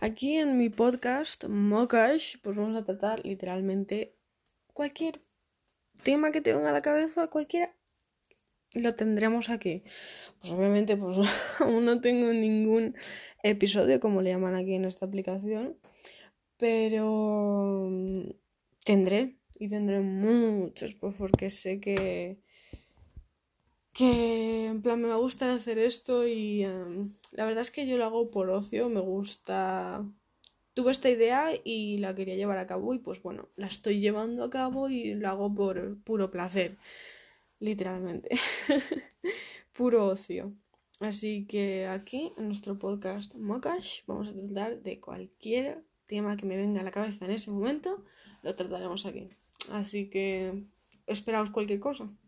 Aquí en mi podcast Mokash, pues vamos a tratar literalmente cualquier tema que te venga a la cabeza, cualquiera, lo tendremos aquí. Pues obviamente, pues aún no tengo ningún episodio, como le llaman aquí en esta aplicación, pero tendré muchos, pues porque sé que en plan me va a gustar hacer esto y la verdad es que yo lo hago por ocio, me gusta. Tuve esta idea y la quería llevar a cabo y pues bueno, la estoy llevando a cabo y lo hago por puro placer, literalmente, puro ocio. Así que aquí en nuestro podcast Mokash vamos a tratar de cualquier tema que me venga a la cabeza en ese momento, lo trataremos aquí. Así que esperaos cualquier cosa.